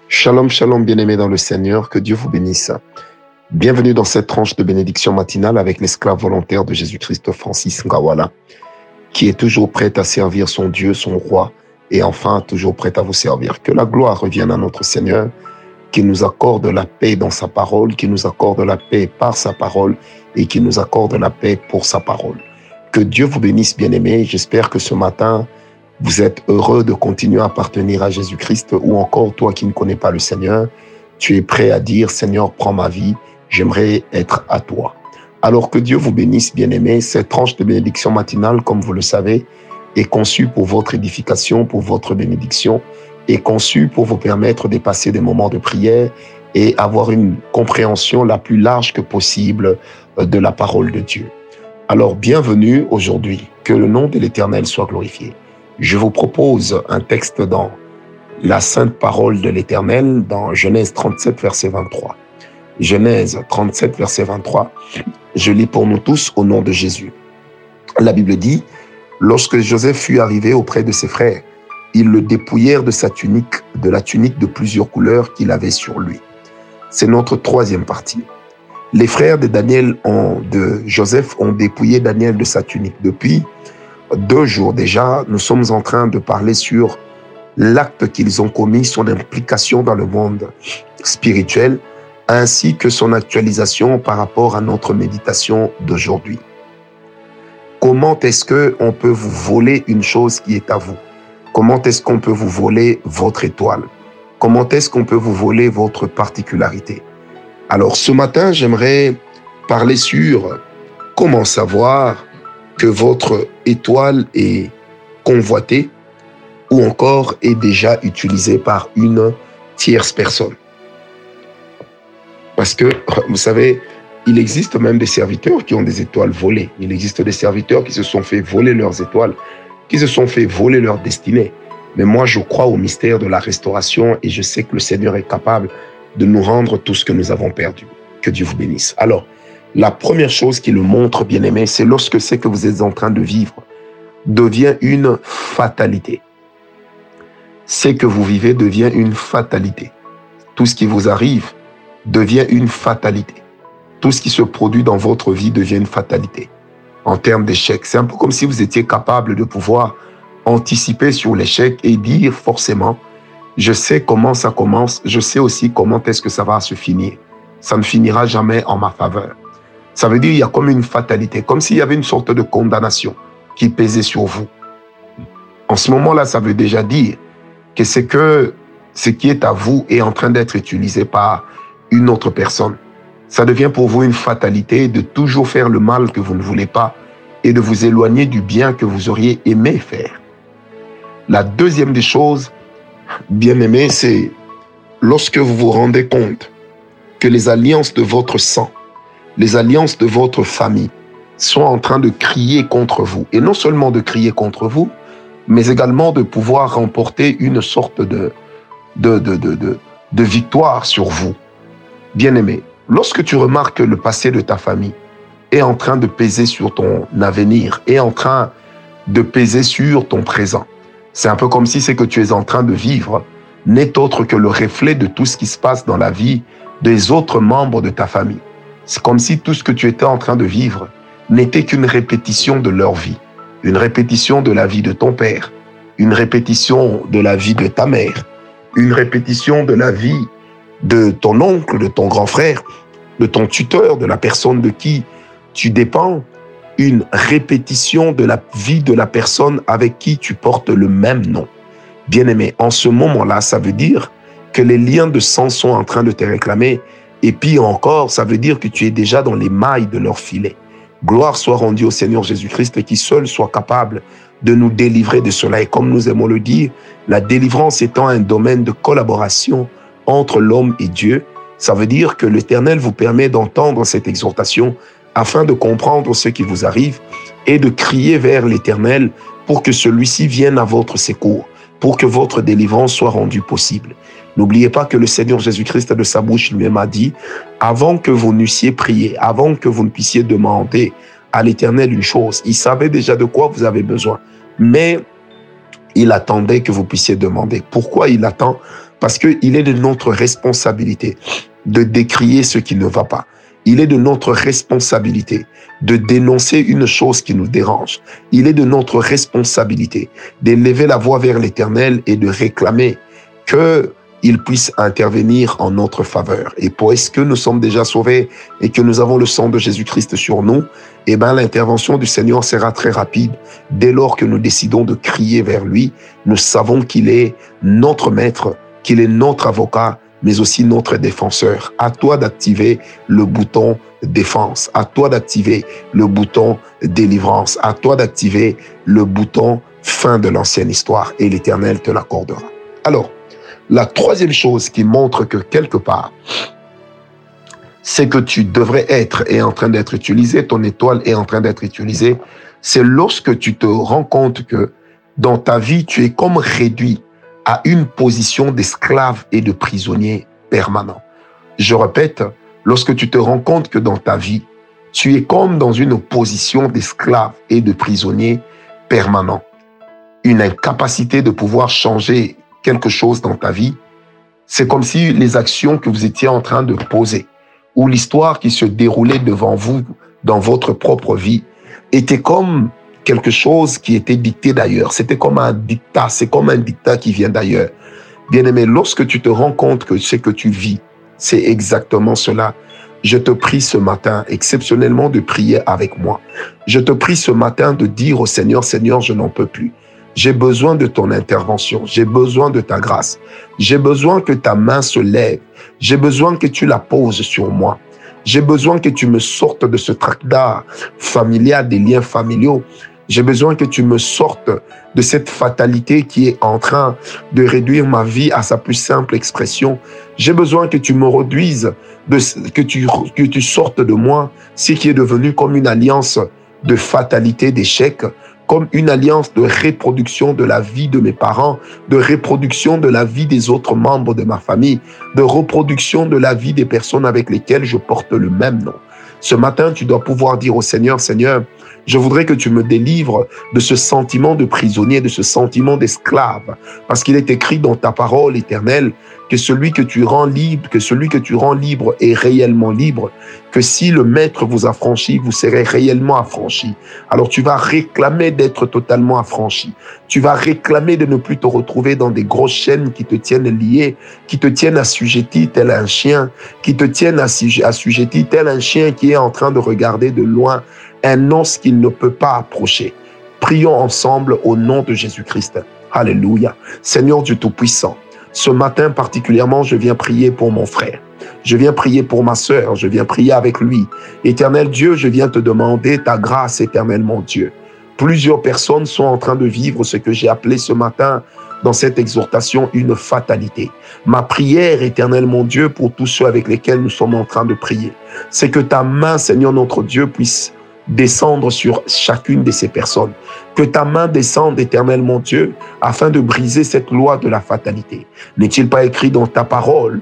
Shalom, shalom, bien-aimés dans le Seigneur, que Dieu vous bénisse. Bienvenue dans cette tranche de bénédiction matinale avec l'esclave volontaire de Jésus-Christ, Francis Ngawala, qui est toujours prêt à servir son Dieu, son roi, et enfin toujours prêt à vous servir. Que la gloire revienne à notre Seigneur, qui nous accorde la paix dans sa parole, qui nous accorde la paix par sa parole, et qui nous accorde la paix pour sa parole. Que Dieu vous bénisse, bien-aimés. J'espère que ce matin, vous êtes heureux de continuer à appartenir à Jésus-Christ, ou encore toi qui ne connais pas le Seigneur, tu es prêt à dire, Seigneur, prends ma vie, j'aimerais être à toi. Alors que Dieu vous bénisse, bien-aimés. Cette tranche de bénédiction matinale, comme vous le savez, est conçue pour votre édification, pour votre bénédiction, est conçue pour vous permettre de passer des moments de prière et avoir une compréhension la plus large que possible de la parole de Dieu. Alors, bienvenue aujourd'hui, que le nom de l'Éternel soit glorifié. Je vous propose un texte dans la sainte parole de l'Éternel, dans Genèse 37, verset 23. Genèse 37, verset 23, je lis pour nous tous au nom de Jésus. La Bible dit, lorsque Joseph fut arrivé auprès de ses frères, ils le dépouillèrent de sa tunique, de la tunique de plusieurs couleurs qu'il avait sur lui. C'est notre troisième partie. Les frères de Joseph ont dépouillé Daniel de sa tunique. Depuis 2 jours déjà, nous sommes en train de parler sur l'acte qu'ils ont commis, son implication dans le monde spirituel, ainsi que son actualisation par rapport à notre méditation d'aujourd'hui. Comment est-ce qu'on peut vous voler une chose qui est à vous? Comment est-ce qu'on peut vous voler votre étoile? Comment est-ce qu'on peut vous voler votre particularité? Alors ce matin, j'aimerais parler sur comment savoir que votre étoile est convoitée ou encore est déjà utilisée par une tierce personne. Parce que, vous savez, il existe même des serviteurs qui ont des étoiles volées. Il existe des serviteurs qui se sont fait voler leurs étoiles, qui se sont fait voler leur destinée. Mais moi, je crois au mystère de la restauration et je sais que le Seigneur est capable de nous rendre tout ce que nous avons perdu. Que Dieu vous bénisse. Alors, la première chose qui le montre, bien-aimé, c'est lorsque ce que vous êtes en train de vivre devient une fatalité. Ce que vous vivez devient une fatalité. Tout ce qui vous arrive devient une fatalité. Tout ce qui se produit dans votre vie devient une fatalité. En termes d'échec, c'est un peu comme si vous étiez capable de pouvoir anticiper sur l'échec et dire forcément, je sais comment ça commence, je sais aussi comment est-ce que ça va se finir. Ça ne finira jamais en ma faveur. Ça veut dire qu'il y a comme une fatalité, comme s'il y avait une sorte de condamnation qui pesait sur vous. En ce moment-là, ça veut déjà dire que ce qui est à vous est en train d'être utilisé par une autre personne. Ça devient pour vous une fatalité de toujours faire le mal que vous ne voulez pas et de vous éloigner du bien que vous auriez aimé faire. La deuxième des choses, bien-aimés, c'est lorsque vous vous rendez compte que les alliances de votre sang, les alliances de votre famille sont en train de crier contre vous. Et non seulement de crier contre vous, mais également de pouvoir remporter une sorte de victoire sur vous. Bien-aimé, lorsque tu remarques que le passé de ta famille est en train de peser sur ton avenir, est en train de peser sur ton présent, c'est un peu comme si ce que tu es en train de vivre n'est autre que le reflet de tout ce qui se passe dans la vie des autres membres de ta famille. C'est comme si tout ce que tu étais en train de vivre n'était qu'une répétition de leur vie, une répétition de la vie de ton père, une répétition de la vie de ta mère, une répétition de la vie de ton oncle, de ton grand frère, de ton tuteur, de la personne de qui tu dépends, une répétition de la vie de la personne avec qui tu portes le même nom. Bien-aimé, en ce moment-là, ça veut dire que les liens de sang sont en train de te réclamer. Et puis encore, ça veut dire que tu es déjà dans les mailles de leur filet. Gloire soit rendue au Seigneur Jésus-Christ qui seul soit capable de nous délivrer de cela. Et comme nous aimons le dire, la délivrance étant un domaine de collaboration entre l'homme et Dieu, ça veut dire que l'Éternel vous permet d'entendre cette exhortation afin de comprendre ce qui vous arrive et de crier vers l'Éternel pour que celui-ci vienne à votre secours, pour que votre délivrance soit rendue possible. N'oubliez pas que le Seigneur Jésus-Christ de sa bouche lui-même a dit, avant que vous n'eussiez prié, avant que vous ne puissiez demander à l'Éternel une chose, il savait déjà de quoi vous avez besoin, mais il attendait que vous puissiez demander. Pourquoi il attend? Parce qu'il est de notre responsabilité de décrier ce qui ne va pas. Il est de notre responsabilité de dénoncer une chose qui nous dérange. Il est de notre responsabilité d'élever la voix vers l'Éternel et de réclamer qu'il puisse intervenir en notre faveur. Et puisque nous sommes déjà sauvés et que nous avons le sang de Jésus-Christ sur nous, eh bien, l'intervention du Seigneur sera très rapide. Dès lors que nous décidons de crier vers lui, nous savons qu'il est notre maître, qu'il est notre avocat, mais aussi notre défenseur. À toi d'activer le bouton défense, à toi d'activer le bouton délivrance, à toi d'activer le bouton fin de l'ancienne histoire, et l'Éternel te l'accordera. Alors, la troisième chose qui montre que quelque part, c'est que tu devrais être et en train d'être utilisé, ton étoile est en train d'être utilisée, c'est lorsque tu te rends compte que dans ta vie, tu es comme réduit à une position d'esclave et de prisonnier permanent. Je répète, lorsque tu te rends compte que dans ta vie, tu es comme dans une position d'esclave et de prisonnier permanent, une incapacité de pouvoir changer quelque chose dans ta vie, c'est comme si les actions que vous étiez en train de poser ou l'histoire qui se déroulait devant vous dans votre propre vie était comme quelque chose qui était dicté d'ailleurs. C'était comme un dictat, c'est comme un dictat qui vient d'ailleurs. Bien-aimé, lorsque tu te rends compte que ce que tu vis, c'est exactement cela, je te prie ce matin, exceptionnellement, de prier avec moi. Je te prie ce matin de dire au Seigneur, Seigneur, je n'en peux plus. J'ai besoin de ton intervention. J'ai besoin de ta grâce. J'ai besoin que ta main se lève. J'ai besoin que tu la poses sur moi. J'ai besoin que tu me sortes de ce tracas familial, des liens familiaux. J'ai besoin que tu me sortes de cette fatalité qui est en train de réduire ma vie à sa plus simple expression. J'ai besoin que tu me réduises, que tu sortes de moi ce qui est devenu comme une alliance de fatalité, d'échec, comme une alliance de reproduction de la vie de mes parents, de reproduction de la vie des autres membres de ma famille, de reproduction de la vie des personnes avec lesquelles je porte le même nom. Ce matin, tu dois pouvoir dire au Seigneur, Seigneur, je voudrais que tu me délivres de ce sentiment de prisonnier, de ce sentiment d'esclave. Parce qu'il est écrit dans ta parole éternelle que celui que tu rends libre est réellement libre, que si le maître vous affranchit, vous serez réellement affranchi. Alors tu vas réclamer d'être totalement affranchi. Tu vas réclamer de ne plus te retrouver dans des grosses chaînes qui te tiennent lié, qui te tiennent assujetti tel un chien, qui te tiennent assujetti tel un chien qui est en train de regarder de loin un os qu'il ne peut pas approcher. Prions ensemble au nom de Jésus-Christ. Alléluia. Seigneur Dieu Tout-Puissant, ce matin particulièrement, je viens prier pour mon frère. Je viens prier pour ma sœur. Je viens prier avec lui. Éternel Dieu, je viens te demander ta grâce, éternel mon Dieu. Plusieurs personnes sont en train de vivre ce que j'ai appelé ce matin dans cette exhortation une fatalité. Ma prière, éternel mon Dieu, pour tous ceux avec lesquels nous sommes en train de prier, c'est que ta main, Seigneur notre Dieu, puisse descendre sur chacune de ces personnes. Que ta main descende, éternel mon Dieu, afin de briser cette loi de la fatalité. N'est-il pas écrit dans ta parole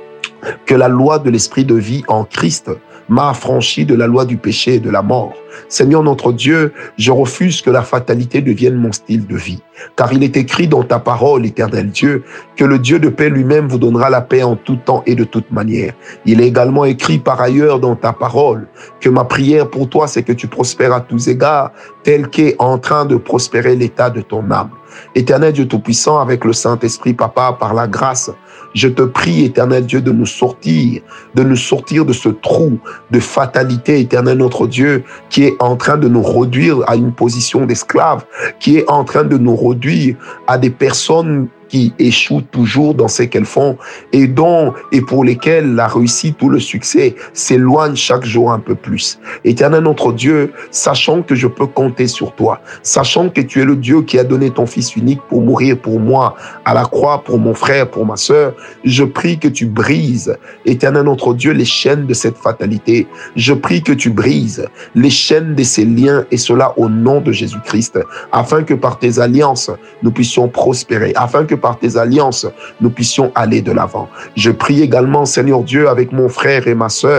que la loi de l'esprit de vie en Christ m'a affranchi de la loi du péché et de la mort? Seigneur notre Dieu, je refuse que la fatalité devienne mon style de vie. Car il est écrit dans ta parole, éternel Dieu, que le Dieu de paix lui-même vous donnera la paix en tout temps et de toute manière. Il est également écrit par ailleurs dans ta parole que ma prière pour toi, c'est que tu prospères à tous égards, tel qu'est en train de prospérer l'état de ton âme. Éternel Dieu Tout-Puissant, avec le Saint-Esprit, Papa, par la grâce, je te prie, éternel Dieu, de nous sortir de ce trou de fatalité, éternel notre Dieu, qui est en train de nous réduire à une position d'esclave, qui est en train de nous réduire à des personnes qui échouent toujours dans ce qu'elles font et pour lesquelles la réussite ou le succès s'éloigne chaque jour un peu plus. Éternel notre Dieu, sachant que je peux compter sur toi, sachant que tu es le Dieu qui a donné ton Fils unique pour mourir pour moi à la croix, pour mon frère, pour ma sœur, je prie que tu brises, éternel notre Dieu, les chaînes de cette fatalité. Je prie que tu brises les chaînes de ces liens, et cela au nom de Jésus-Christ, afin que par tes alliances, nous puissions prospérer, afin que par tes alliances, nous puissions aller de l'avant. Je prie également, Seigneur Dieu, avec mon frère et ma sœur,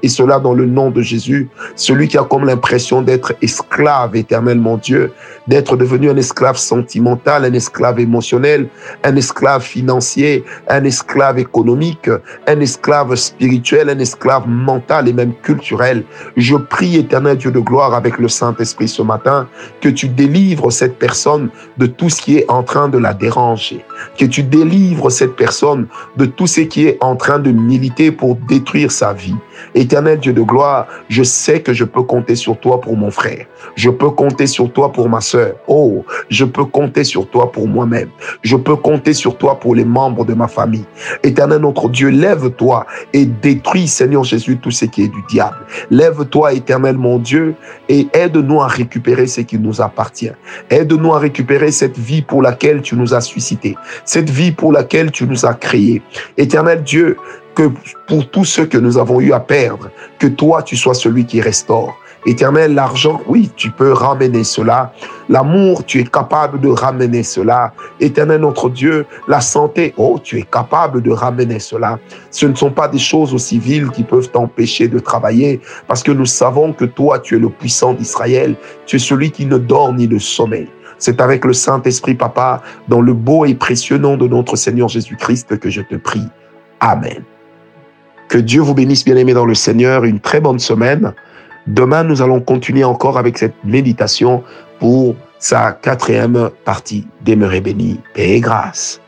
et cela dans le nom de Jésus. Celui qui a comme l'impression d'être esclave, Éternel mon Dieu, d'être devenu un esclave sentimental, un esclave émotionnel, un esclave financier, un esclave économique, un esclave spirituel, un esclave mental et même culturel. Je prie, Éternel Dieu de gloire, avec le Saint-Esprit ce matin, que tu délivres cette personne de tout ce qui est en train de la déranger, que tu délivres cette personne de tout ce qui est en train de militer pour détruire sa vie. Éternel Dieu de gloire, je sais que je peux compter sur toi pour mon frère. Je peux compter sur toi pour ma sœur. Oh, je peux compter sur toi pour moi-même. Je peux compter sur toi pour les membres de ma famille. Éternel notre Dieu, lève-toi et détruis, Seigneur Jésus, tout ce qui est du diable. Lève-toi, Éternel mon Dieu, et aide-nous à récupérer ce qui nous appartient. Aide-nous à récupérer cette vie pour laquelle tu nous as suscités, cette vie pour laquelle tu nous as créés. Éternel Dieu, que pour tous ceux que nous avons eu à perdre, que toi, tu sois celui qui restaure. Éternel, l'argent, oui, tu peux ramener cela. L'amour, tu es capable de ramener cela. Éternel, notre Dieu, la santé, oh, tu es capable de ramener cela. Ce ne sont pas des choses aussi viles qui peuvent t'empêcher de travailler, parce que nous savons que toi, tu es le puissant d'Israël. Tu es celui qui ne dort ni ne sommeille. C'est avec le Saint-Esprit, Papa, dans le beau et précieux nom de notre Seigneur Jésus-Christ que je te prie. Amen. Que Dieu vous bénisse, bien-aimés dans le Seigneur. Une très bonne semaine. Demain, nous allons continuer encore avec cette méditation pour sa 4e partie. Demeurez bénis, paix et grâce.